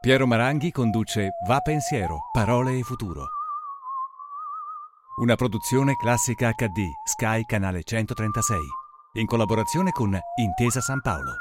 Piero Maranghi conduce Va Pensiero, parole e futuro. Una produzione Classica HD, Sky Canale 136, in collaborazione con Intesa San Paolo.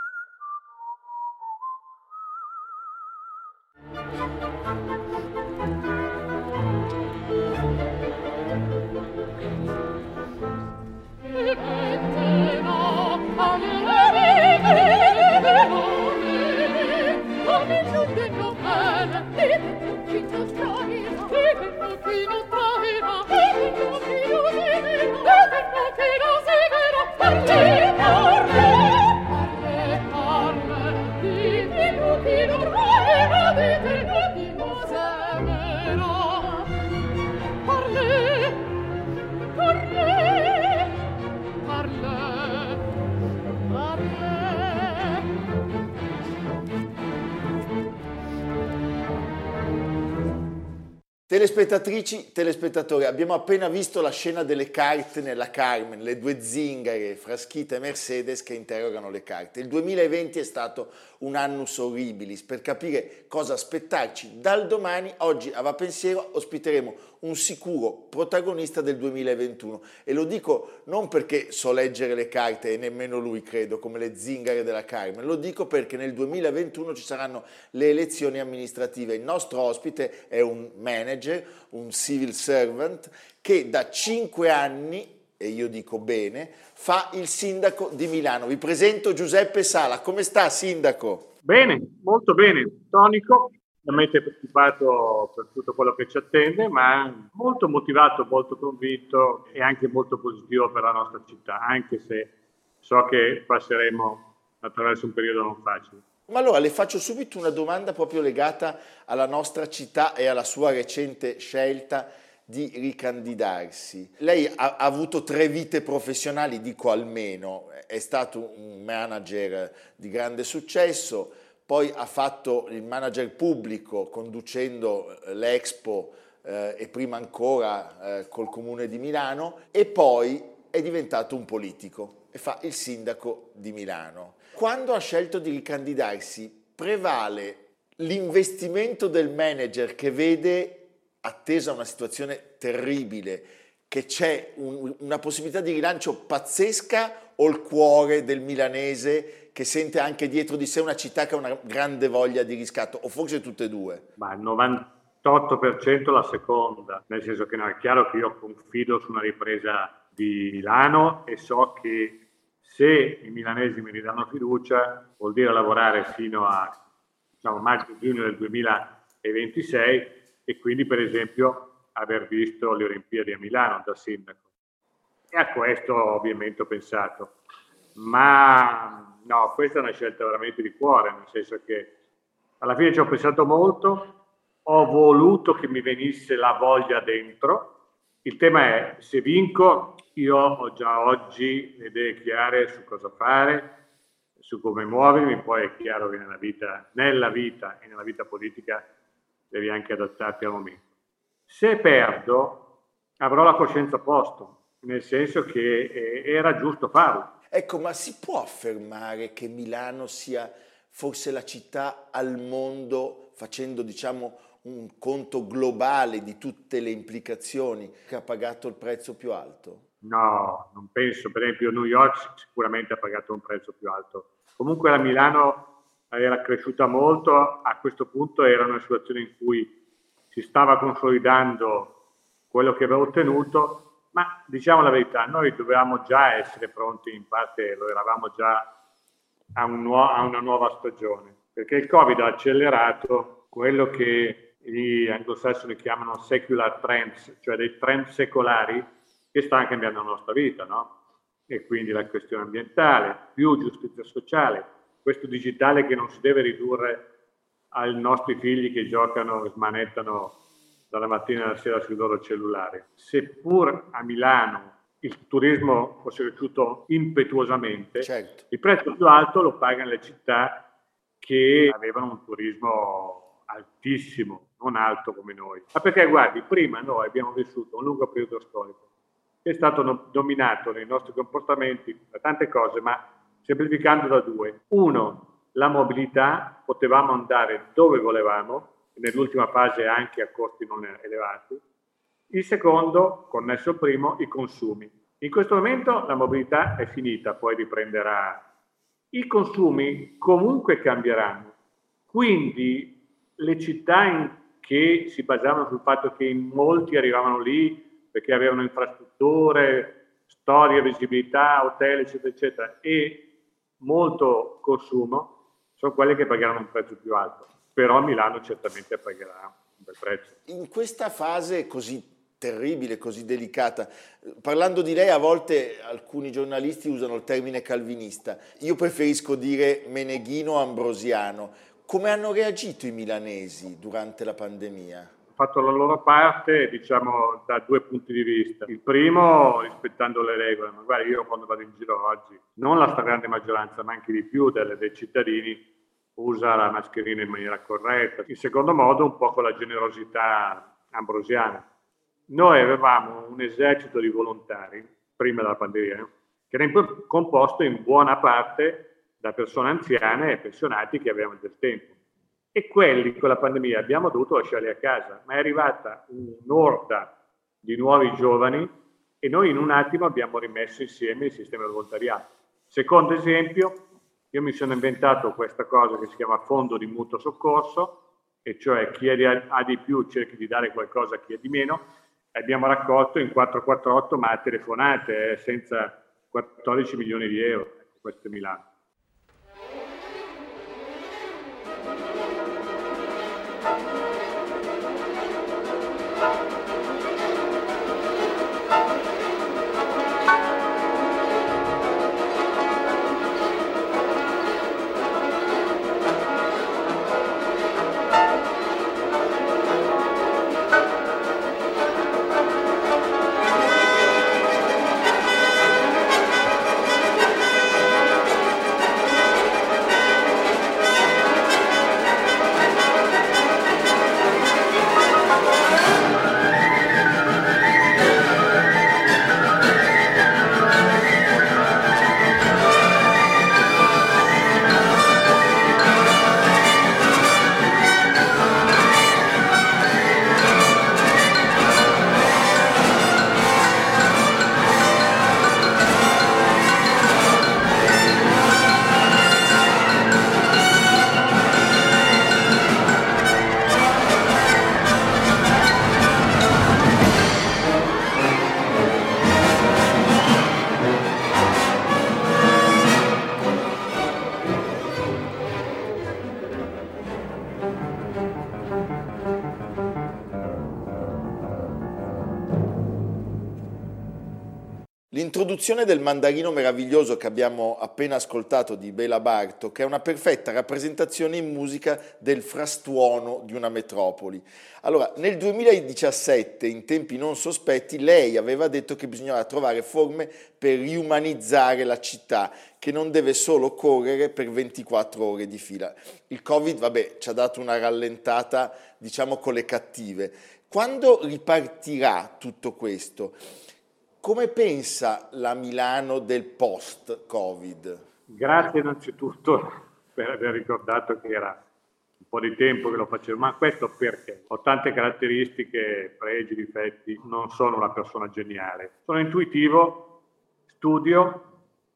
Telespettatrici, telespettatori, abbiamo appena visto la scena delle carte nella Carmen, le due zingare, Fraschita e Mercedes, che interrogano le carte. Il 2020 è stato un annus horribilis. Per capire cosa aspettarci dal domani, oggi a Va Pensiero ospiteremo un sicuro protagonista del 2021. E lo dico non perché so leggere le carte, e nemmeno lui credo, come le zingare della Carmen, lo dico perché nel 2021 ci saranno le elezioni amministrative. Il nostro ospite è un manager, un civil servant, che da 5 anni, e io dico bene, fa il sindaco di Milano. Vi presento Giuseppe Sala. Come sta, sindaco? Bene, molto bene, tonico, veramente preoccupato per tutto quello che ci attende, ma molto motivato, molto convinto e anche molto positivo per la nostra città, anche se so che passeremo attraverso un periodo non facile. Ma allora le faccio subito una domanda proprio legata alla nostra città e alla sua recente scelta di ricandidarsi. Lei ha avuto 3 vite professionali, dico almeno, è stato un manager di grande successo, poi ha fatto il manager pubblico conducendo l'Expo e prima ancora col Comune di Milano, e poi è diventato un politico e fa il sindaco di Milano. Quando ha scelto di ricandidarsi, prevale l'investimento del manager che vede, attesa una situazione terribile, che c'è una possibilità di rilancio pazzesca, o il cuore del milanese che sente anche dietro di sé una città che ha una grande voglia di riscatto, o forse tutte e due? Ma il 98% la seconda, nel senso che no, è chiaro che io confido su una ripresa di Milano e so che se i milanesi mi ridanno fiducia vuol dire lavorare fino a maggio-giugno del 2026 e quindi per esempio aver visto le Olimpiadi a Milano da sindaco. E a questo ovviamente ho pensato, ma no, questa è una scelta veramente di cuore, nel senso che alla fine ci ho pensato molto, ho voluto che mi venisse la voglia dentro. Il tema è, se vinco, io ho già oggi le idee chiare su cosa fare, su come muovermi, poi è chiaro che nella vita e nella vita politica devi anche adattarti al momento. Se perdo, avrò la coscienza a posto, nel senso che era giusto farlo. Ecco, ma si può affermare che Milano sia forse la città al mondo, facendo diciamo un conto globale di tutte le implicazioni, che ha pagato il prezzo più alto? No, non penso. Per esempio New York sicuramente ha pagato un prezzo più alto. Comunque la Milano era cresciuta molto, a questo punto era una situazione in cui si stava consolidando quello che aveva ottenuto, ma diciamo la verità, noi dovevamo già essere pronti, in parte lo eravamo già a una nuova stagione, perché il Covid ha accelerato quello che gli anglosassoni chiamano secular trends, cioè dei trend secolari che stanno cambiando la nostra vita, no? E quindi la questione ambientale, più giustizia sociale, questo digitale che non si deve ridurre ai nostri figli che giocano e smanettano dalla mattina alla sera sul loro cellulare. Seppur a Milano il turismo fosse cresciuto impetuosamente, certo, il prezzo più alto lo pagano le città che avevano un turismo altissimo, non alto come noi. Ma perché guardi, prima noi abbiamo vissuto un lungo periodo storico che è stato dominato nei nostri comportamenti da tante cose, ma semplificando da 2. Uno, la mobilità, potevamo andare dove volevamo, nell'ultima fase anche a costi non elevati. Il secondo, connesso al primo, i consumi. In questo momento la mobilità è finita, poi riprenderà. I consumi comunque cambieranno, quindi le città che si basavano sul fatto che in molti arrivavano lì perché avevano infrastrutture, storie, visibilità, hotel, eccetera, eccetera, e molto consumo, sono quelle che pagheranno un prezzo più alto. Però Milano certamente pagherà un bel prezzo. In questa fase così terribile, così delicata, parlando di lei a volte alcuni giornalisti usano il termine calvinista, io preferisco dire meneghino ambrosiano. Come hanno reagito i milanesi durante la pandemia? Hanno fatto la loro parte, diciamo, da due punti di vista. Il primo, rispettando le regole, ma guarda, io quando vado in giro oggi, non la stragrande maggioranza, ma anche di più dei cittadini, usa la mascherina in maniera corretta. Il secondo modo, un po' con la generosità ambrosiana. Noi avevamo un esercito di volontari, prima della pandemia, che era composto in buona parte da persone anziane e pensionati che avevano del tempo. E quelli con la pandemia abbiamo dovuto lasciarli a casa, ma è arrivata un'orda di nuovi giovani e noi in un attimo abbiamo rimesso insieme il sistema del volontariato. Secondo esempio, io mi sono inventato questa cosa che si chiama fondo di mutuo soccorso, e cioè chi ha di più cerchi di dare qualcosa a chi ha di meno. Abbiamo raccolto in 448 ma telefonate senza 14 milioni di euro. Questo è Milano. L'introduzione del Mandarino Meraviglioso che abbiamo appena ascoltato di Béla Bartók è una perfetta rappresentazione in musica del frastuono di una metropoli. Allora, nel 2017, in tempi non sospetti, lei aveva detto che bisognava trovare forme per riumanizzare la città, che non deve solo correre per 24 ore di fila. Il Covid, ci ha dato una rallentata, diciamo, con le cattive. Quando ripartirà tutto questo? Come pensa la Milano del post-Covid? Grazie innanzitutto per aver ricordato che era un po' di tempo che lo facevo, ma questo perché? Ho tante caratteristiche, pregi, difetti, non sono una persona geniale. Sono intuitivo, studio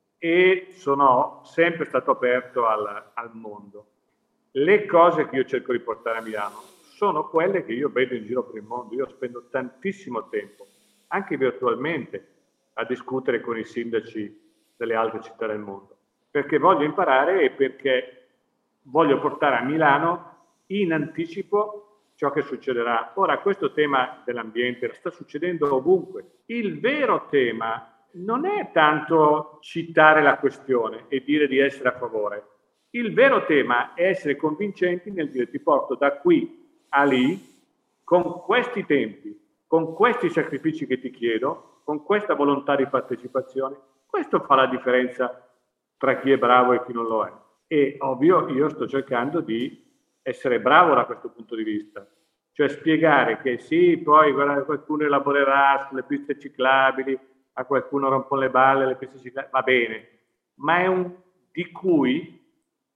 e sono sempre stato aperto al mondo. Le cose che io cerco di portare a Milano sono quelle che io vedo in giro per il mondo. Io spendo tantissimo tempo, anche virtualmente, a discutere con i sindaci delle altre città del mondo, perché voglio imparare e perché voglio portare a Milano in anticipo ciò che succederà. Ora, questo tema dell'ambiente sta succedendo ovunque. Il vero tema non è tanto citare la questione e dire di essere a favore. Il vero tema è essere convincenti nel dire ti porto da qui a lì con questi tempi, con questi sacrifici che ti chiedo, con questa volontà di partecipazione. Questo fa la differenza tra chi è bravo e chi non lo è. E ovvio, io sto cercando di essere bravo da questo punto di vista, cioè spiegare che sì, poi guarda, qualcuno elaborerà sulle piste ciclabili, a qualcuno rompono le balle le piste ciclabili, va bene, ma è di cui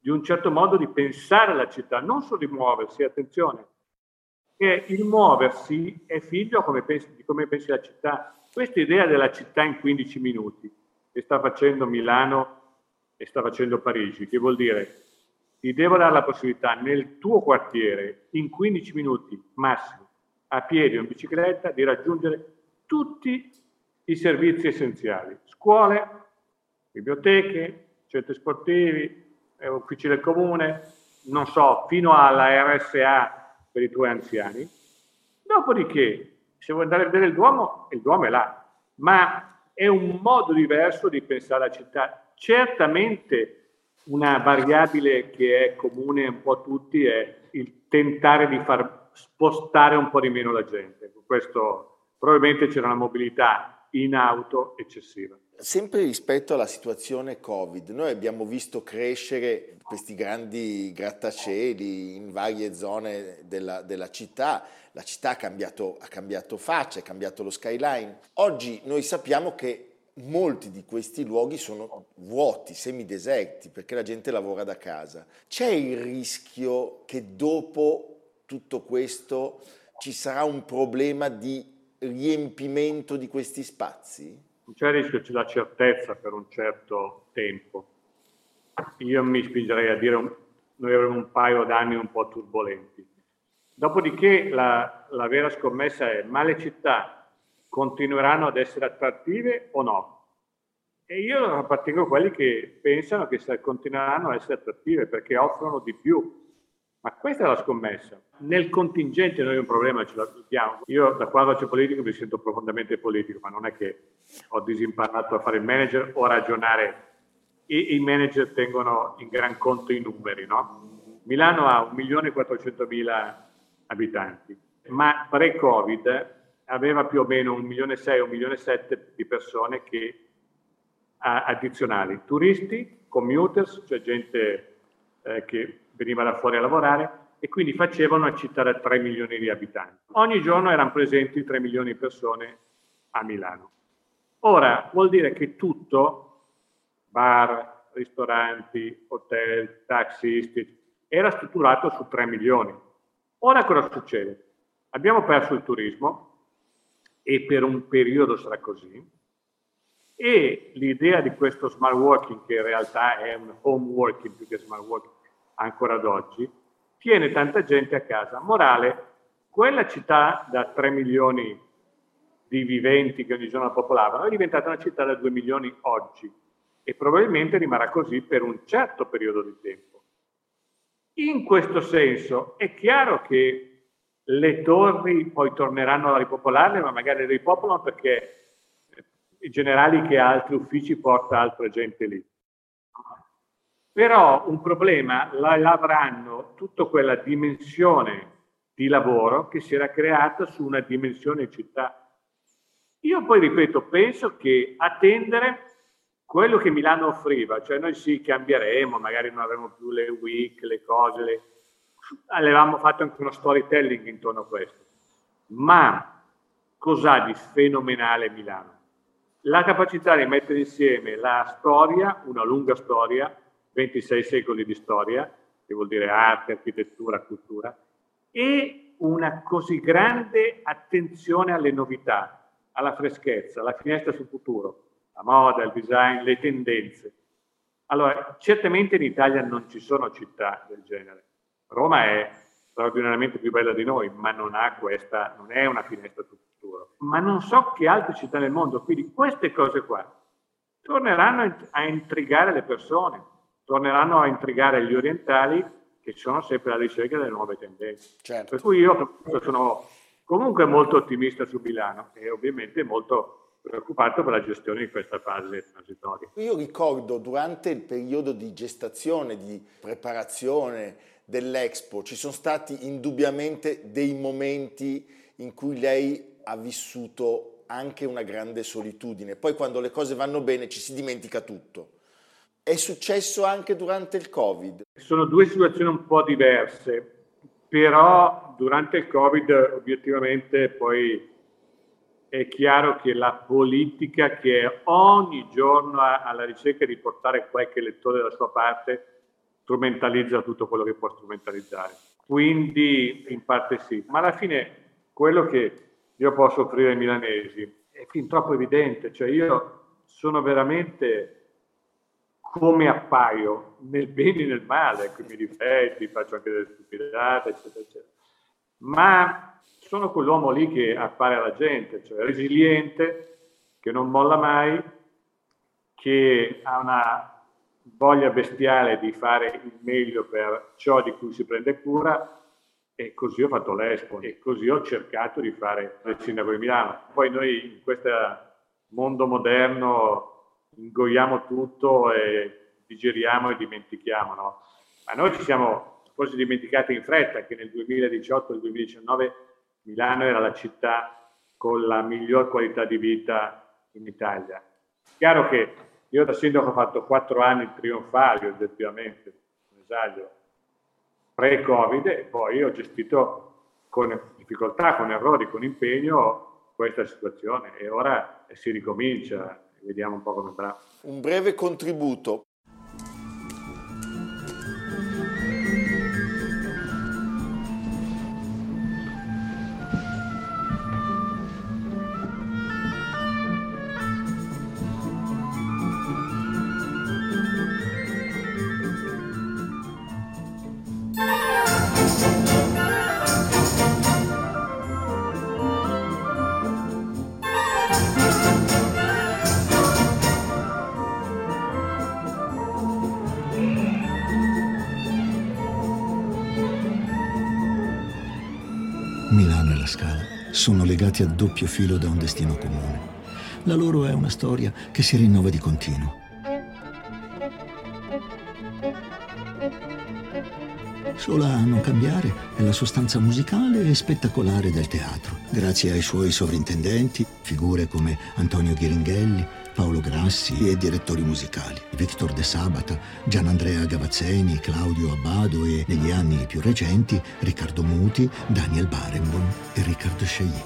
di un certo modo di pensare la città, non solo di muoversi, attenzione, che il muoversi è figlio di come pensi la città. Questa idea della città in 15 minuti, che sta facendo Milano e sta facendo Parigi, che vuol dire ti devo dare la possibilità nel tuo quartiere, in 15 minuti massimo, a piedi o in bicicletta, di raggiungere tutti i servizi essenziali, scuole, biblioteche, centri sportivi, uffici del comune, non so, fino alla RSA per i tuoi anziani. Dopodiché, se vuoi andare a vedere il Duomo è là, ma è un modo diverso di pensare la città. Certamente una variabile che è comune un po' a tutti è il tentare di far spostare un po' di meno la gente. Questo probabilmente c'era una mobilità in auto eccessiva. Sempre rispetto alla situazione Covid, noi abbiamo visto crescere questi grandi grattacieli in varie zone della città. La città ha cambiato faccia, ha cambiato lo skyline. Oggi noi sappiamo che molti di questi luoghi sono vuoti, semideserti, perché la gente lavora da casa. C'è il rischio che dopo tutto questo ci sarà un problema di riempimento di questi spazi? Non c'è il rischio, c'è la certezza per un certo tempo. Io mi spingerei a dire noi avremo un paio d'anni un po' turbolenti. Dopodiché la vera scommessa è: ma le città continueranno ad essere attrattive o no? E io appartengo a quelli che pensano che continueranno a essere attrattive perché offrono di più. Ma questa è la scommessa. Nel contingente noi un problema ce l'abbiamo. Io da quando faccio politico mi sento profondamente politico, ma non è che ho disimparato a fare il manager o a ragionare. I manager tengono in gran conto i numeri, no? Milano ha 1.400.000 abitanti, ma pre-Covid aveva più o meno 1.600.000 o 1.700.000 di persone addizionali, turisti, commuters, cioè gente che veniva da fuori a lavorare, e quindi facevano una città da 3 milioni di abitanti. Ogni giorno erano presenti 3 milioni di persone a Milano. Ora vuol dire che tutto, bar, ristoranti, hotel, taxisti, era strutturato su 3 milioni. Ora cosa succede? Abbiamo perso il turismo, e per un periodo sarà così, e l'idea di questo smart working, che in realtà è un home working più che smart working ancora ad oggi, tiene tanta gente a casa. Morale, quella città da 3 milioni di viventi che ogni giorno popolavano è diventata una città da 2 milioni oggi, e probabilmente rimarrà così per un certo periodo di tempo. In questo senso è chiaro che le torri poi torneranno a ripopolarle, ma magari le ripopolano perché i generali che ha altri uffici porta altra gente lì. Però un problema l'avranno tutta quella dimensione di lavoro che si era creata su una dimensione città. Io poi ripeto, penso che attendere quello che Milano offriva, cioè noi sì cambieremo, magari non avremo più le week, le cose, avevamo fatto anche uno storytelling intorno a questo, ma cos'ha di fenomenale Milano? La capacità di mettere insieme la storia, una lunga storia, 26 secoli di storia, che vuol dire arte, architettura, cultura, e una così grande attenzione alle novità, alla freschezza, alla finestra sul futuro, la moda, il design, le tendenze. Allora, certamente in Italia non ci sono città del genere. Roma è straordinariamente più bella di noi, ma non è una finestra sul futuro. Ma non so che altre città nel mondo, quindi queste cose qua torneranno a intrigare le persone, torneranno a intrigare gli orientali, che sono sempre alla ricerca delle nuove tendenze. Certo. Per cui io sono comunque molto ottimista su Milano e ovviamente molto preoccupato per la gestione di questa fase transitoria. Io ricordo durante il periodo di gestazione, di preparazione dell'Expo, ci sono stati indubbiamente dei momenti in cui lei ha vissuto anche una grande solitudine. Poi quando le cose vanno bene ci si dimentica tutto. È successo anche durante il Covid? Sono due situazioni un po' diverse, però durante il Covid obiettivamente poi è chiaro che la politica, che è ogni giorno alla ricerca di portare qualche elettore dalla sua parte, strumentalizza tutto quello che può strumentalizzare. Quindi in parte sì, ma alla fine quello che io posso offrire ai milanesi è fin troppo evidente, cioè io sono veramente come appaio, nel bene e nel male, qui mi difetti, faccio anche delle stupidate, eccetera, eccetera. Ma sono quell'uomo lì che appare alla gente, cioè resiliente, che non molla mai, che ha una voglia bestiale di fare il meglio per ciò di cui si prende cura, e così ho fatto l'Expo e così ho cercato di fare il sindaco di Milano. Poi noi in questo mondo moderno ingoiamo tutto e digeriamo e dimentichiamo, no? Ma noi ci siamo forse dimenticati in fretta che nel 2018 e 2019 Milano era la città con la miglior qualità di vita in Italia. Chiaro che io da sindaco ho fatto 4 anni trionfali, oggettivamente, non esagero, pre-Covid, e poi ho gestito con difficoltà, con errori, con impegno questa situazione, e ora si ricomincia, vediamo un po' come andrà. Un breve contributo. Milano e la Scala sono legati a doppio filo da un destino comune. La loro è una storia che si rinnova di continuo. Sola a non cambiare è la sostanza musicale e spettacolare del teatro, grazie ai suoi sovrintendenti, figure come Antonio Ghiringhelli, Paolo Grassi e direttori musicali, Victor De Sabata, Gianandrea Gavazzeni, Claudio Abbado e, negli anni più recenti, Riccardo Muti, Daniel Barenboim e Riccardo Chailly.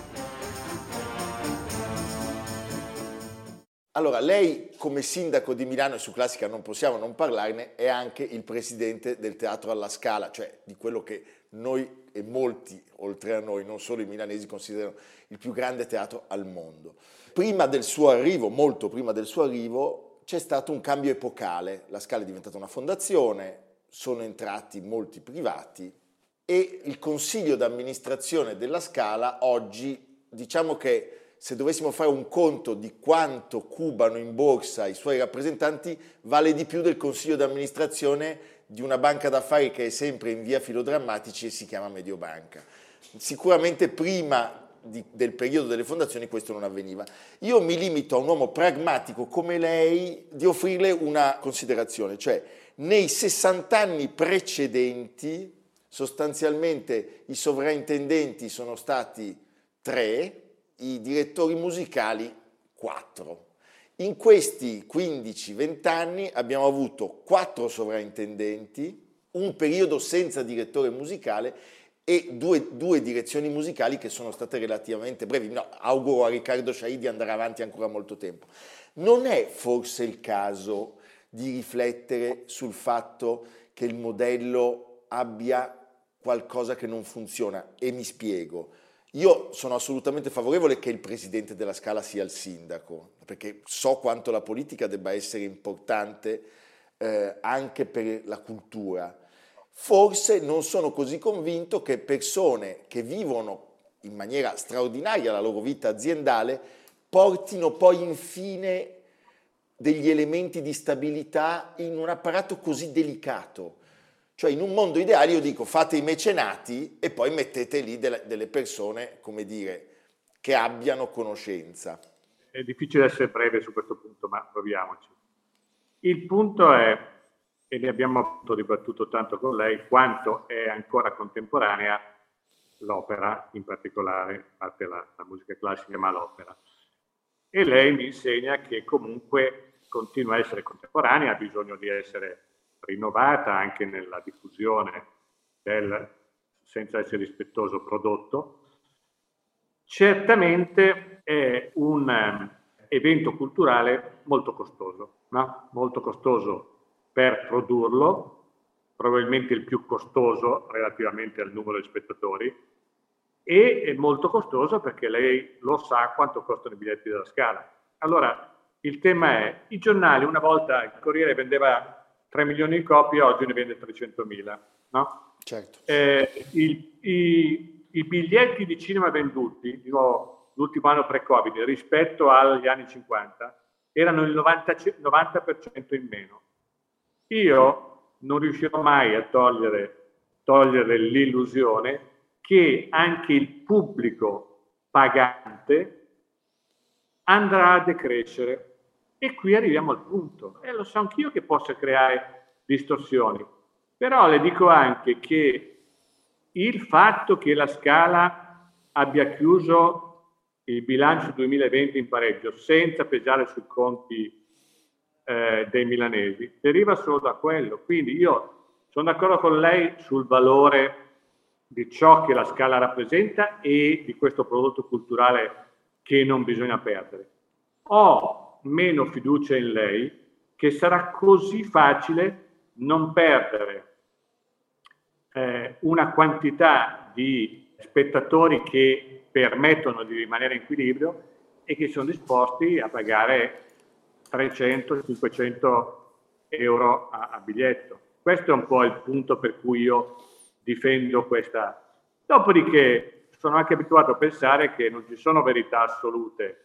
Allora, lei come sindaco di Milano, e su Classica non possiamo non parlarne, è anche il presidente del Teatro alla Scala, cioè di quello che noi e molti, oltre a noi, non solo i milanesi, considerano il più grande teatro al mondo. Prima del suo arrivo, molto prima del suo arrivo, c'è stato un cambio epocale. La Scala è diventata una fondazione, sono entrati molti privati e il consiglio d'amministrazione della Scala oggi, diciamo che se dovessimo fare un conto di quanto cubano in borsa i suoi rappresentanti, vale di più del consiglio d'amministrazione di una banca d'affari che è sempre in via Filodrammatici e si chiama Mediobanca. Sicuramente prima del periodo delle fondazioni questo non avveniva. Io mi limito a un uomo pragmatico come lei di offrirle una considerazione, cioè nei 60 anni precedenti sostanzialmente i sovrintendenti sono stati 3, i direttori musicali 4. In questi 15-20 anni abbiamo avuto 4 sovrintendenti, un periodo senza direttore musicale e due direzioni musicali che sono state relativamente brevi. No, auguro a Riccardo Chailly di andare avanti ancora molto tempo. Non è forse il caso di riflettere sul fatto che il modello abbia qualcosa che non funziona? E mi spiego. Io sono assolutamente favorevole che il presidente della Scala sia il sindaco, perché so quanto la politica debba essere importante anche per la cultura. Forse non sono così convinto che persone che vivono in maniera straordinaria la loro vita aziendale portino poi infine degli elementi di stabilità in un apparato così delicato. Cioè in un mondo ideale io dico fate i mecenati e poi mettete lì delle persone, come dire, che abbiano conoscenza. È difficile essere breve su questo punto, ma proviamoci. Il punto è, e ne abbiamo appunto dibattuto tanto con lei, quanto è ancora contemporanea l'opera, in particolare, a parte la musica classica, ma l'opera. E lei mi insegna che comunque continua a essere contemporanea, ha bisogno di essere rinnovata anche nella diffusione del, senza essere rispettoso, prodotto. Certamente è un evento culturale molto costoso, no? Molto costoso per produrlo, probabilmente il più costoso relativamente al numero di spettatori, e è molto costoso perché lei lo sa quanto costano i biglietti della Scala. Allora, il tema è, i giornali, una volta il Corriere vendeva 3 milioni di copie, oggi ne vende 300.000, no? Certo. I biglietti di cinema venduti, dico, l'ultimo anno pre-Covid, rispetto agli anni 50, erano il 90% in meno. Io non riuscirò mai a togliere l'illusione che anche il pubblico pagante andrà a decrescere. E qui arriviamo al punto. Lo so anch'io che possa creare distorsioni, però le dico anche che il fatto che la Scala abbia chiuso il bilancio 2020 in pareggio senza pesare sui conti dei milanesi deriva solo da quello. Quindi io sono d'accordo con lei sul valore di ciò che la Scala rappresenta e di questo prodotto culturale che non bisogna perdere. Ho meno fiducia in lei che sarà così facile non perdere una quantità di spettatori che permettono di rimanere in equilibrio e che sono disposti a pagare 300-500 euro a biglietto. Questo è un po' il punto per cui io difendo questa. Dopodiché sono anche abituato a pensare che non ci sono verità assolute.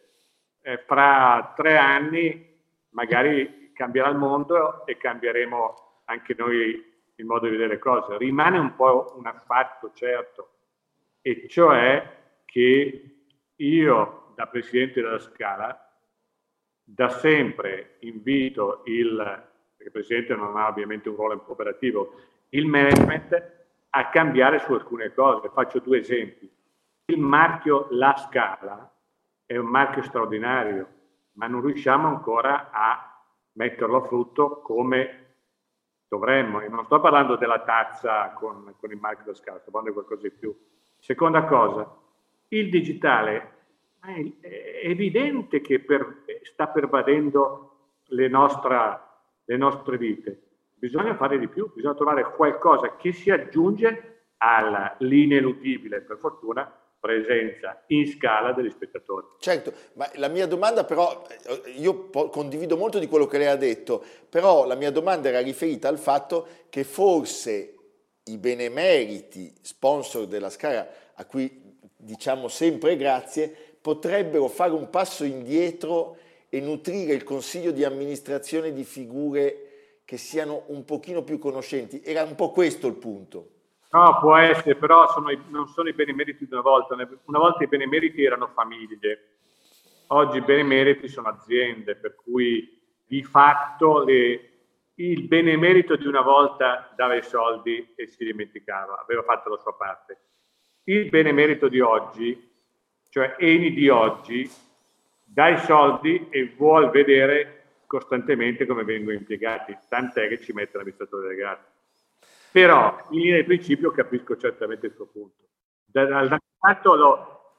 Fra 3 anni magari cambierà il mondo e cambieremo anche noi il modo di vedere le cose. Rimane un po' un fatto certo, e cioè che io, da presidente della Scala, da sempre invito perché il presidente non ha ovviamente un ruolo operativo, il management a cambiare su alcune cose. Faccio 2 esempi. Il marchio La Scala è un marchio straordinario, ma non riusciamo ancora a metterlo a frutto come dovremmo. E non sto parlando della tazza con il marchio La Scala, sto parlando di qualcosa di più. Seconda cosa, il digitale è evidente che sta pervadendo le nostre vite. Bisogna fare di più, bisogna trovare qualcosa che si aggiunge all'ineludibile, per fortuna, presenza in Scala degli spettatori. Certo, ma la mia domanda però, io condivido molto di quello che lei ha detto, però la mia domanda era riferita al fatto che forse i benemeriti sponsor della Scala, a cui diciamo sempre grazie, potrebbero fare un passo indietro e nutrire il consiglio di amministrazione di figure che siano un pochino più conoscenti. Era un po' questo il punto. No, può essere, però non sono i benemeriti di una volta. Una volta i benemeriti erano famiglie, oggi i benemeriti sono aziende, per cui di fatto il benemerito di una volta dava i soldi e si dimenticava, aveva fatto la sua parte. Il benemerito di oggi, cioè Eni di oggi, dà i soldi e vuol vedere costantemente come vengono impiegati, tant'è che ci mette l'amministratore delegato. Però in linea di principio capisco certamente il suo punto. Dal canto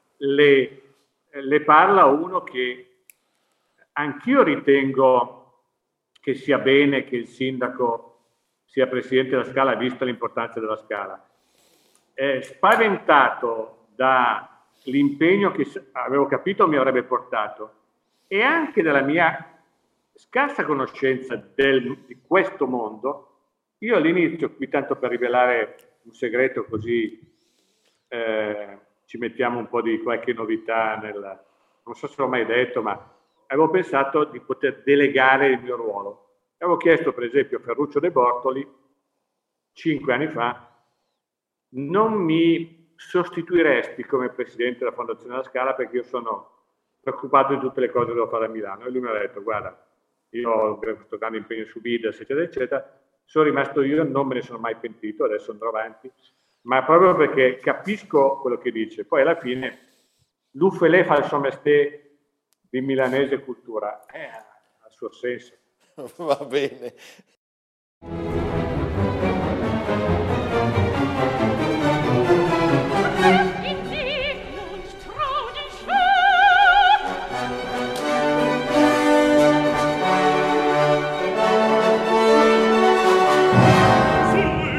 le parla uno che anch'io ritengo che sia bene che il sindaco sia presidente della Scala, vista l'importanza della Scala. Spaventato dall'impegno che avevo capito mi avrebbe portato, e anche dalla mia scarsa conoscenza di questo mondo. Io all'inizio, qui tanto per rivelare un segreto, così ci mettiamo un po' di qualche novità non so se l'ho mai detto, ma avevo pensato di poter delegare il mio ruolo. Avevo chiesto per esempio a Ferruccio De Bortoli 5 anni fa: non mi sostituiresti come presidente della Fondazione La Scala perché io sono preoccupato di tutte le cose che devo fare a Milano. E lui mi ha detto: guarda, io ho questo grande impegno su Vidas, eccetera, eccetera. Sono rimasto io, non me ne sono mai pentito, adesso andrò avanti, ma proprio perché capisco quello che dice. Poi alla fine l'UFLE fa il suo mestiere di milanese cultura, ha il suo senso. Va bene. Sul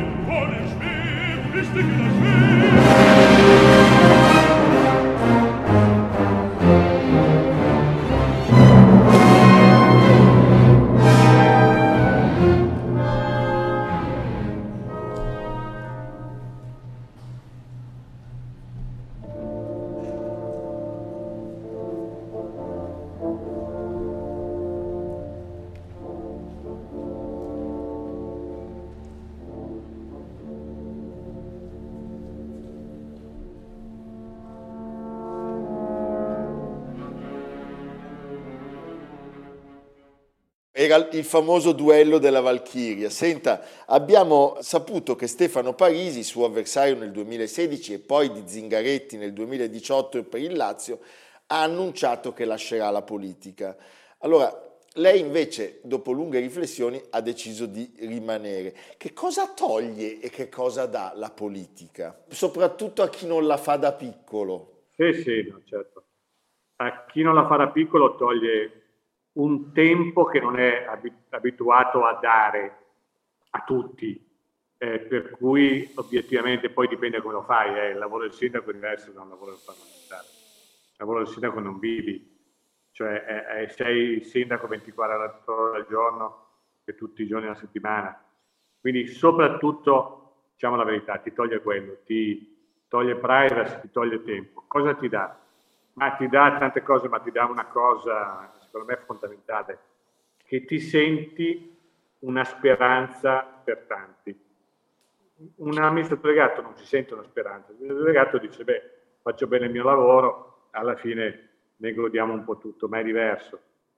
era il famoso duello della Valchiria. Senta, abbiamo saputo che Stefano Parisi, suo avversario nel 2016 e poi di Zingaretti nel 2018 per il Lazio, ha annunciato che lascerà la politica. Allora, lei invece, dopo lunghe riflessioni, ha deciso di rimanere. Che cosa toglie e che cosa dà la politica? Soprattutto a chi non la fa da piccolo. Sì, no, certo. A chi non la fa da piccolo toglie un tempo che non è abituato a dare a tutti, per cui obiettivamente poi dipende come lo fai. Il lavoro del sindaco è diverso da un lavoro del parlamentare. Il lavoro del sindaco non vivi, cioè sei sindaco 24 ore al giorno e tutti i giorni della settimana. Quindi soprattutto, diciamo la verità, ti toglie quello, ti toglie privacy, ti toglie tempo. Cosa ti dà? Ma ti dà tante cose, ma ti dà una cosa, secondo me, fondamentale, che ti senti una speranza per tanti. Un amministratore delegato non si sente una speranza, l'amministratore delegato dice, beh, faccio bene il mio lavoro, alla fine ne godiamo un po' tutto, ma è diverso.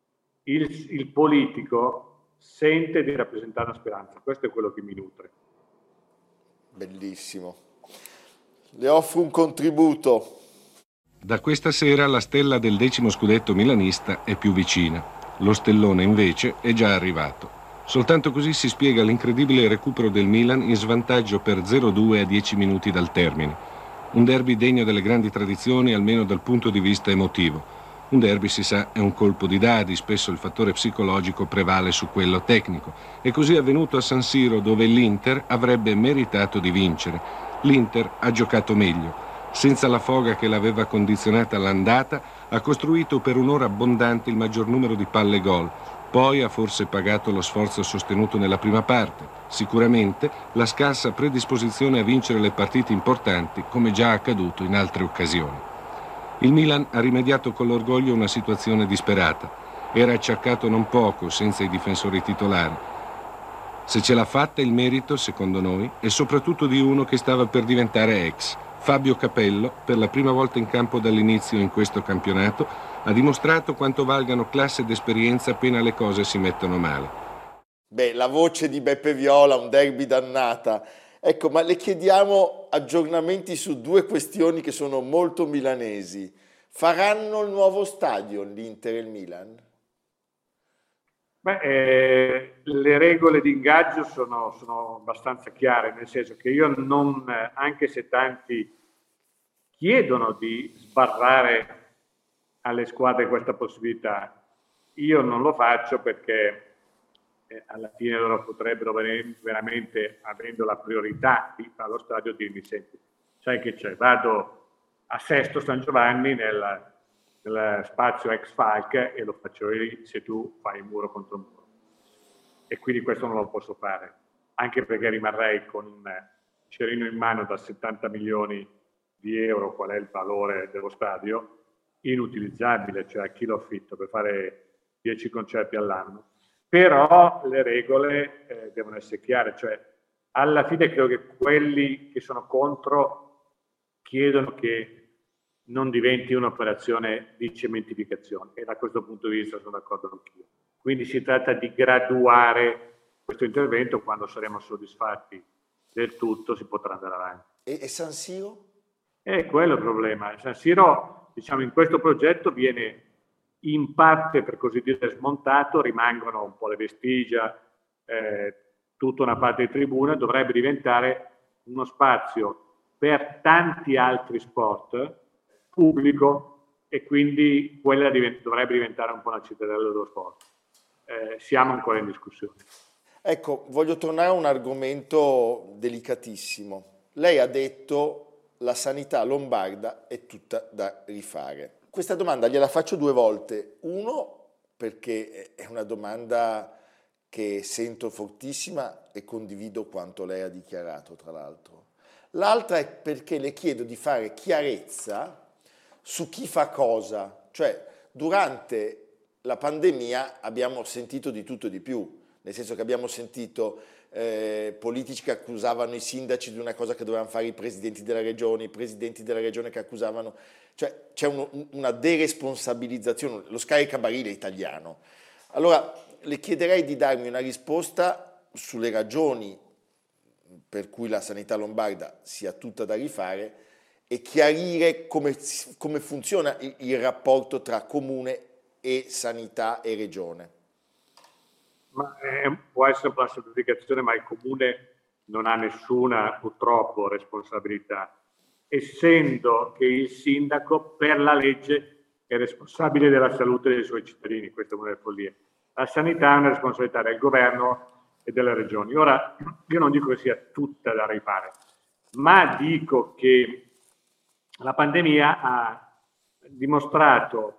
Il politico sente di rappresentare una speranza, questo è quello che mi nutre. Bellissimo. Le offro un contributo. Da questa sera la stella del 10° scudetto milanista è più vicina. Lo stellone invece è già arrivato. Soltanto così si spiega l'incredibile recupero del Milan in svantaggio per 0-2 a 10 minuti dal termine. Un derby degno delle grandi tradizioni almeno dal punto di vista emotivo. Un derby, si sa, è un colpo di dadi, spesso il fattore psicologico prevale su quello tecnico. E così è avvenuto a San Siro, dove l'Inter avrebbe meritato di vincere. L'Inter ha giocato meglio. Senza la foga che l'aveva condizionata all'andata, ha costruito per un'ora abbondante il maggior numero di palle gol. Poi ha forse pagato lo sforzo sostenuto nella prima parte. Sicuramente la scarsa predisposizione a vincere le partite importanti, come già accaduto in altre occasioni. Il Milan ha rimediato con l'orgoglio una situazione disperata. Era acciaccato non poco senza i difensori titolari. Se ce l'ha fatta, il merito, secondo noi, è soprattutto di uno che stava per diventare ex. Fabio Capello, per la prima volta in campo dall'inizio in questo campionato, ha dimostrato quanto valgano classe ed esperienza appena le cose si mettono male. Beh, la voce di Beppe Viola, un derby dannata. Ecco, ma le chiediamo aggiornamenti su due questioni che sono molto milanesi. Faranno il nuovo stadio l'Inter e il Milan? Beh, le regole di ingaggio sono abbastanza chiare, nel senso che io non, anche se tanti chiedono di sbarrare alle squadre questa possibilità, io non lo faccio perché alla fine loro potrebbero veramente, avendo la priorità di fare lo stadio, dirmi, senti, sai che c'è, vado a Sesto San Giovanni nel spazio ex Falk e lo faccio lì se tu fai muro contro muro. E quindi questo non lo posso fare, anche perché rimarrei con un cerino in mano da 70 milioni di euro, qual è il valore dello stadio, inutilizzabile, cioè a chi lo affitto per fare 10 concerti all'anno. Però le regole devono essere chiare, cioè alla fine credo che quelli che sono contro chiedono che non diventi un'operazione di cementificazione, e da questo punto di vista sono d'accordo anch'io. Quindi si tratta di graduare questo intervento, quando saremo soddisfatti del tutto si potrà andare avanti. E San Siro? Quello è il problema. San Siro, diciamo, in questo progetto viene in parte, per così dire, smontato, rimangono un po' le vestigia, tutta una parte di tribuna, dovrebbe diventare uno spazio per tanti altri sport pubblico, e quindi quella dovrebbe diventare un po' una cittadella dello sport. Siamo ancora in discussione. Ecco, voglio tornare a un argomento delicatissimo. Lei ha detto la sanità lombarda è tutta da rifare. Questa domanda gliela faccio due volte. Uno, perché è una domanda che sento fortissima e condivido quanto lei ha dichiarato, tra l'altro. L'altra è perché le chiedo di fare chiarezza su chi fa cosa. Cioè, durante la pandemia abbiamo sentito di tutto e di più, nel senso che abbiamo sentito politici che accusavano i sindaci di una cosa che dovevano fare i presidenti della regione, i presidenti della regione che accusavano, cioè c'è una deresponsabilizzazione, lo scaricabarile italiano. Allora, le chiederei di darmi una risposta sulle ragioni per cui la sanità lombarda sia tutta da rifare e chiarire come funziona il rapporto tra comune e sanità e regione. Ma può essere una semplificazione, ma il comune non ha nessuna, purtroppo, responsabilità, essendo che il sindaco per la legge è responsabile della salute dei suoi cittadini. Questa è una delle follie. La sanità è una responsabilità del governo e delle regioni. Ora, io non dico che sia tutta da rifare, ma dico che la pandemia ha dimostrato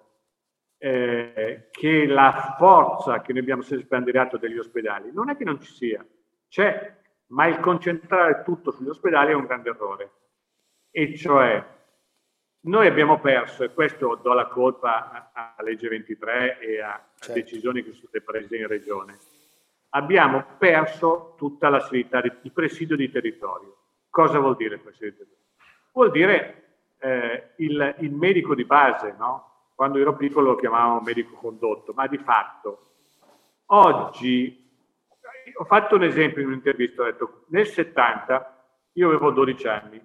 che la forza che noi abbiamo sempre sbandierato degli ospedali non è che non ci sia, c'è, ma il concentrare tutto sugli ospedali è un grande errore. E cioè, noi abbiamo perso, e questo do la colpa a legge 23 e a decisioni che sono state prese in regione, abbiamo perso tutta la sanità di presidio di territorio. Cosa vuol dire presidio di territorio? Vuol dire il medico di base, no? Quando ero piccolo lo chiamavamo medico condotto, ma di fatto oggi, ho fatto un esempio in un'intervista, ho detto nel 70 io avevo 12 anni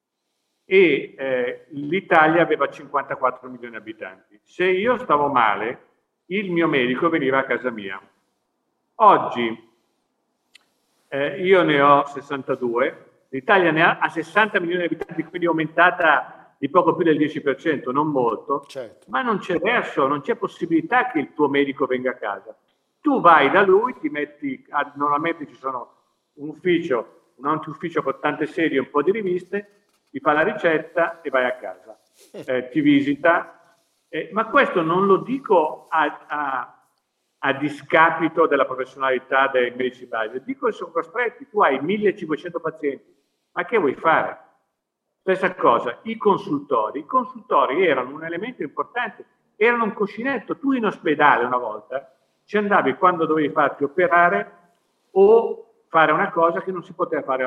e l'Italia aveva 54 milioni di abitanti. Se io stavo male, il mio medico veniva a casa mia. Oggi io ne ho 62, l'Italia ne ha 60 milioni di abitanti, quindi è aumentata di poco più del 10%, non molto, certo. Ma non c'è verso, non c'è possibilità che il tuo medico venga a casa. Tu vai da lui, ti metti, normalmente ci sono un antiufficio con tante sedie, un po' di riviste, ti fa la ricetta e vai a casa, ti visita, ma questo non lo dico a discapito della professionalità dei medici base, dico che sono costretti, tu hai 1500 pazienti, ma che vuoi fare? Stessa cosa, i consultori erano un elemento importante, erano un cuscinetto. Tu in ospedale una volta ci andavi quando dovevi farti operare o fare una cosa che non si poteva fare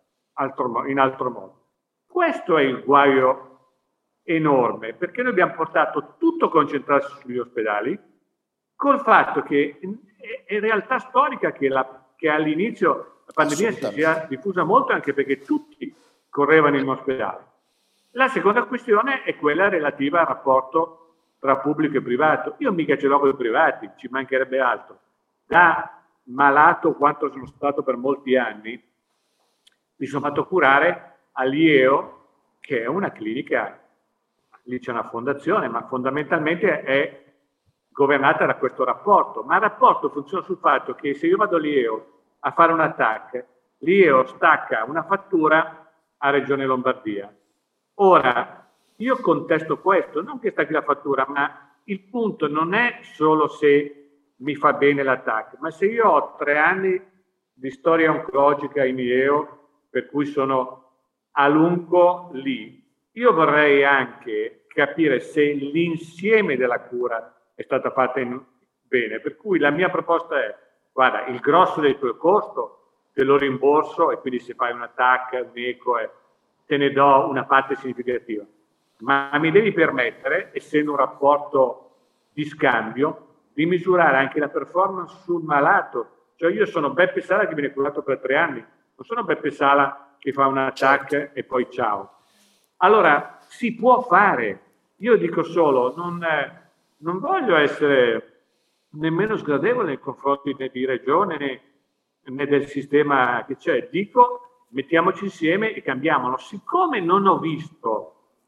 in altro modo. Questo è il guaio enorme, perché noi abbiamo portato tutto a concentrarsi sugli ospedali, col fatto che è realtà storica che all'inizio la pandemia si sia diffusa molto, anche perché tutti correvano in ospedale. La seconda questione è quella relativa al rapporto tra pubblico e privato. Io mica ce l'ho con i privati, ci mancherebbe altro. Da malato quanto sono stato per molti anni, mi sono fatto curare all'IEO, che è una clinica, lì c'è una fondazione, ma fondamentalmente è governata da questo rapporto. Ma il rapporto funziona sul fatto che se io vado all'IEO a fare un attacco, l'IEO stacca una fattura a Regione Lombardia. Ora, io contesto questo, non che stacchi la fattura, ma il punto non è solo se mi fa bene l'attacco, ma se io ho 3 anni di storia oncologica in IEO, per cui sono a lungo lì, io vorrei anche capire se l'insieme della cura è stata fatta bene. Per cui la mia proposta è, guarda, il grosso del tuo costo te lo rimborso e quindi se fai un attacco, un eco, te ne do una parte significativa. Ma mi devi permettere, essendo un rapporto di scambio, di misurare anche la performance sul malato. Cioè io sono Beppe Sala che viene curato per 3 anni, non sono Beppe Sala che fa un attacco e poi ciao. Allora, si può fare. Io dico solo, non voglio essere nemmeno sgradevole nei confronti né di regione né del sistema che c'è. Dico, mettiamoci insieme e cambiamolo. Siccome non ho visto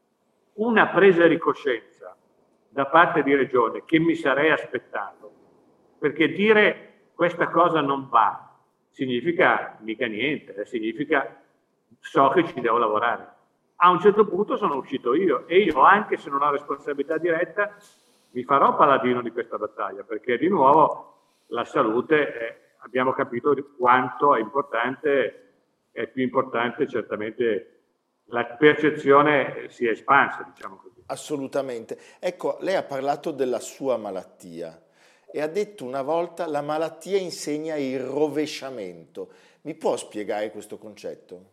una presa di coscienza da parte di regione che mi sarei aspettato, perché dire questa cosa non va significa mica niente, significa so che ci devo lavorare. A un certo punto sono uscito io e io, anche se non ho responsabilità diretta, mi farò paladino di questa battaglia, perché di nuovo la salute abbiamo capito quanto è importante, è più importante certamente, la percezione si è espansa, diciamo così. Assolutamente. Ecco, lei ha parlato della sua malattia e ha detto una volta la malattia insegna il rovesciamento. Mi può spiegare questo concetto?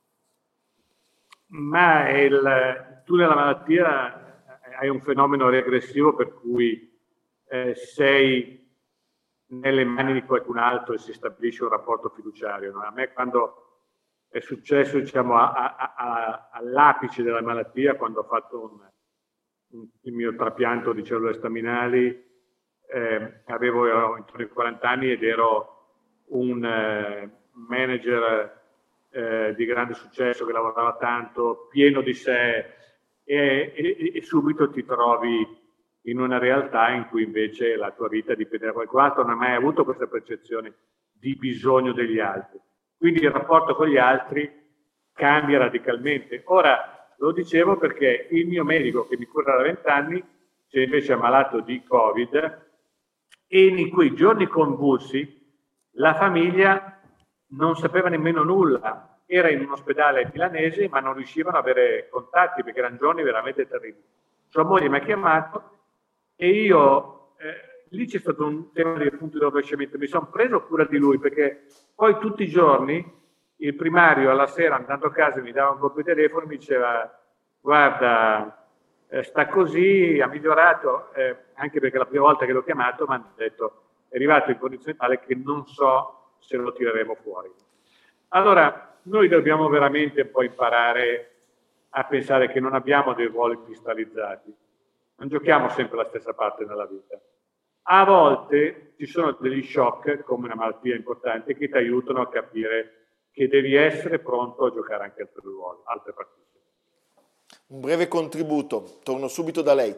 Ma tu nella malattia hai un fenomeno regressivo per cui sei nelle mani di qualcun altro e si stabilisce un rapporto fiduciario. No? A me, quando è successo, diciamo, all'apice della malattia, quando ho fatto il mio trapianto di cellule staminali, ero intorno ai 40 anni ed ero un manager di grande successo che lavorava tanto, pieno di sé, e subito ti trovi in una realtà in cui invece la tua vita dipende da qualcun altro. Non hai mai avuto questa percezione di bisogno degli altri. Quindi il rapporto con gli altri cambia radicalmente. Ora, lo dicevo perché il mio medico che mi cura da 20 anni si è invece ammalato di Covid, e in quei giorni convulsi la famiglia non sapeva nemmeno nulla. Era in un ospedale milanese, ma non riuscivano ad avere contatti perché erano giorni veramente terribili. Sua moglie mi ha chiamato e io, lì c'è stato un tema di punto di rovesciamento. Mi sono preso cura di lui, perché poi tutti i giorni il primario alla sera, andando a casa, mi dava un colpo di telefono e mi diceva: guarda, sta così, ha migliorato, anche perché la prima volta che l'ho chiamato mi hanno detto è arrivato in condizione tale che non so se lo tireremo fuori. Allora, noi dobbiamo veramente un po' imparare a pensare che non abbiamo dei ruoli cristallizzati, non giochiamo sempre la stessa parte nella vita. A volte ci sono degli shock, come una malattia importante, che ti aiutano a capire che devi essere pronto a giocare anche altri ruoli, altre partite. Un breve contributo, torno subito da lei.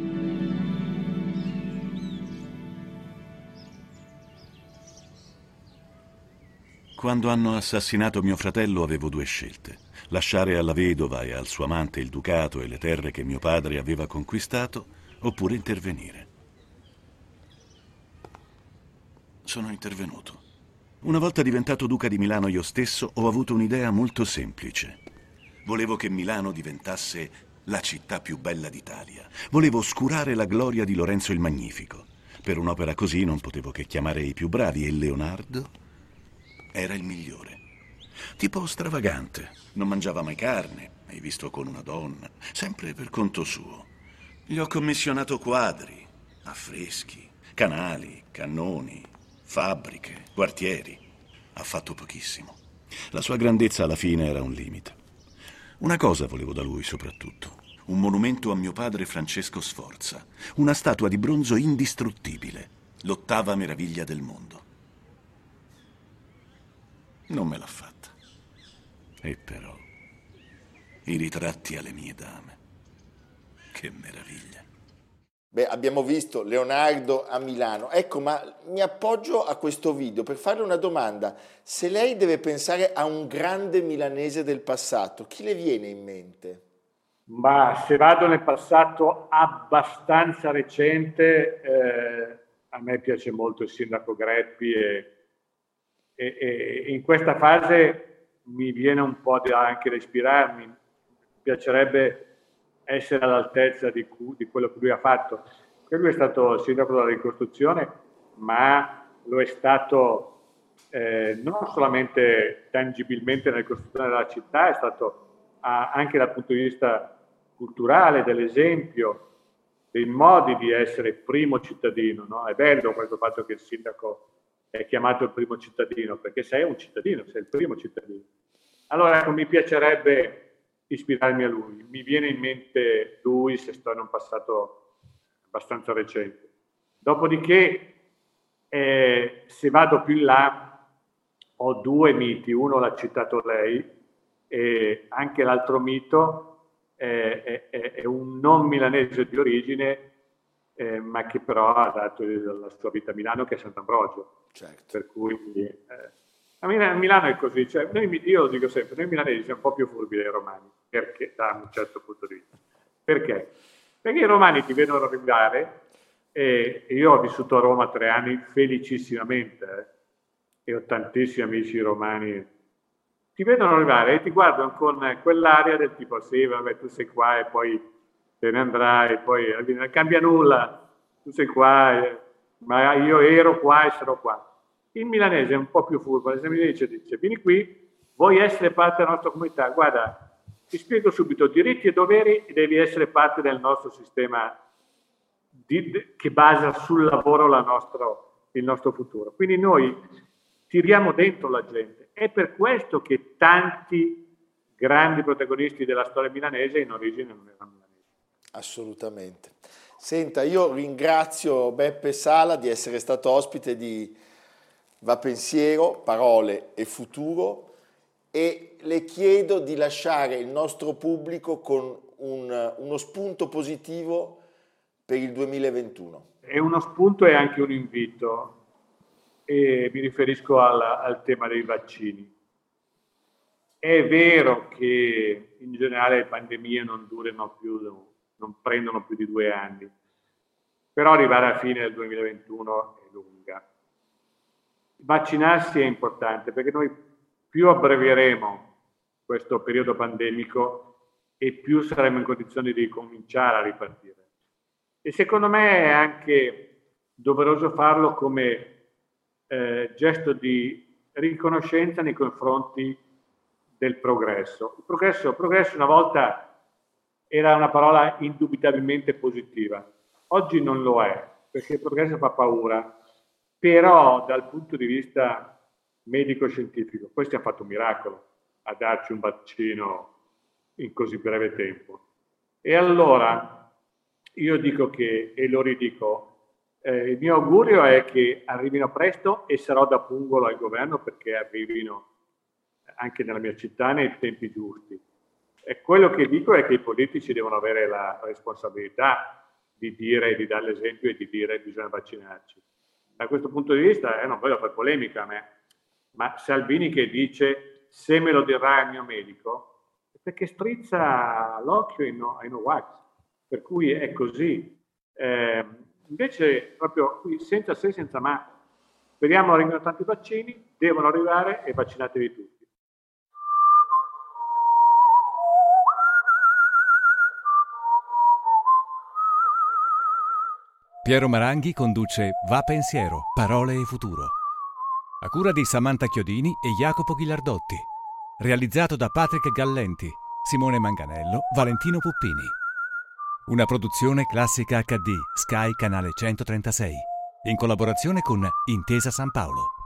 Quando hanno assassinato mio fratello avevo due scelte: lasciare alla vedova e al suo amante il ducato e le terre che mio padre aveva conquistato, oppure intervenire. Sono intervenuto. Una volta diventato duca di Milano io stesso, ho avuto un'idea molto semplice. Volevo che Milano diventasse la città più bella d'Italia. Volevo oscurare la gloria di Lorenzo il Magnifico. Per un'opera così non potevo che chiamare i più bravi, e Leonardo era il migliore. Tipo stravagante, non mangiava mai carne, mai visto con una donna, sempre per conto suo. Gli ho commissionato quadri, affreschi, canali, cannoni, fabbriche, quartieri. Ha fatto pochissimo. La sua grandezza alla fine era un limite. Una cosa volevo da lui soprattutto: un monumento a mio padre Francesco Sforza, una statua di bronzo indistruttibile, l'ottava meraviglia del mondo. Non me l'ha fatta. E però i ritratti alle mie dame, che meraviglia. Beh, abbiamo visto Leonardo a Milano. Ecco, ma mi appoggio a questo video per farle una domanda. Se lei deve pensare a un grande milanese del passato, chi le viene in mente? Ma se vado nel passato abbastanza recente, a me piace molto il sindaco Greppi, e in questa fase mi viene un po' anche da ispirarmi. Mi piacerebbe essere all'altezza di quello che lui ha fatto. Lui è stato il sindaco della ricostruzione, ma lo è stato non solamente tangibilmente nella ricostruzione della città, è stato anche dal punto di vista culturale, dell'esempio, dei modi di essere primo cittadino, no? È bello questo fatto che il sindaco è chiamato il primo cittadino, perché sei un cittadino, sei il primo cittadino. Allora, ecco, mi piacerebbe ispirarmi a lui. Mi viene in mente lui se sto in un passato abbastanza recente. Dopodiché, se vado più in là, ho due miti. Uno l'ha citato lei, e anche l'altro mito è un non milanese di origine, ma che però ha dato la sua vita a Milano, che è Sant'Ambrogio. Certo. Per cui Milano è così, cioè, io lo dico sempre, noi milanesi siamo un po' più furbi dei romani, perché da un certo punto di vista. Perché? Perché i romani ti vedono arrivare, e io ho vissuto a Roma 3 anni felicissimamente, e ho tantissimi amici romani, ti vedono arrivare e ti guardano con quell'aria del tipo: sì, vabbè, tu sei qua e poi te ne andrai, poi non cambia nulla, tu sei qua, ma io ero qua e sarò qua. Il milanese è un po' più furbo, se mi dice vieni qui, vuoi essere parte della nostra comunità? Guarda, ti spiego subito: diritti e doveri, e devi essere parte del nostro sistema che basa sul lavoro il il nostro futuro. Quindi noi tiriamo dentro la gente. È per questo che tanti grandi protagonisti della storia milanese in origine non erano milanesi. Assolutamente. Senta, io ringrazio Beppe Sala di essere stato ospite di Va Pensiero, Parole e Futuro, e le chiedo di lasciare il nostro pubblico con uno spunto positivo per il 2021. È uno spunto e anche un invito, e mi riferisco al tema dei vaccini. È vero che in generale le pandemie non prendono più di 2 anni, però arrivare alla fine del 2021 è lunga. Vaccinarsi è importante perché noi più abbrevieremo questo periodo pandemico e più saremo in condizioni di cominciare a ripartire. E secondo me è anche doveroso farlo come gesto di riconoscenza nei confronti del progresso. Il progresso una volta era una parola indubitabilmente positiva, oggi non lo è, perché il progresso fa paura, però dal punto di vista medico-scientifico, questi hanno fatto un miracolo a darci un vaccino in così breve tempo. E allora io dico e lo ridico, il mio augurio è che arrivino presto e sarò da pungolo al governo perché arrivino anche nella mia città nei tempi giusti. E quello che dico è che i politici devono avere la responsabilità di dire, di dare l'esempio e di dire bisogna vaccinarci. Da questo punto di vista, non voglio fare polemica a me, ma Salvini che dice se me lo dirà il mio medico, perché strizza l'occhio ai Novax, per cui è così. Invece proprio qui senza se senza ma, speriamo arrivino tanti vaccini, devono arrivare e vaccinatevi tutti. Piero Maranghi conduce Va Pensiero, Parole e Futuro, a cura di Samantha Chiodini e Jacopo Ghilardotti, realizzato da Patrick Gallenti, Simone Manganello, Valentino Puppini. Una produzione Classica HD, Sky Canale 136, in collaborazione con Intesa San Paolo.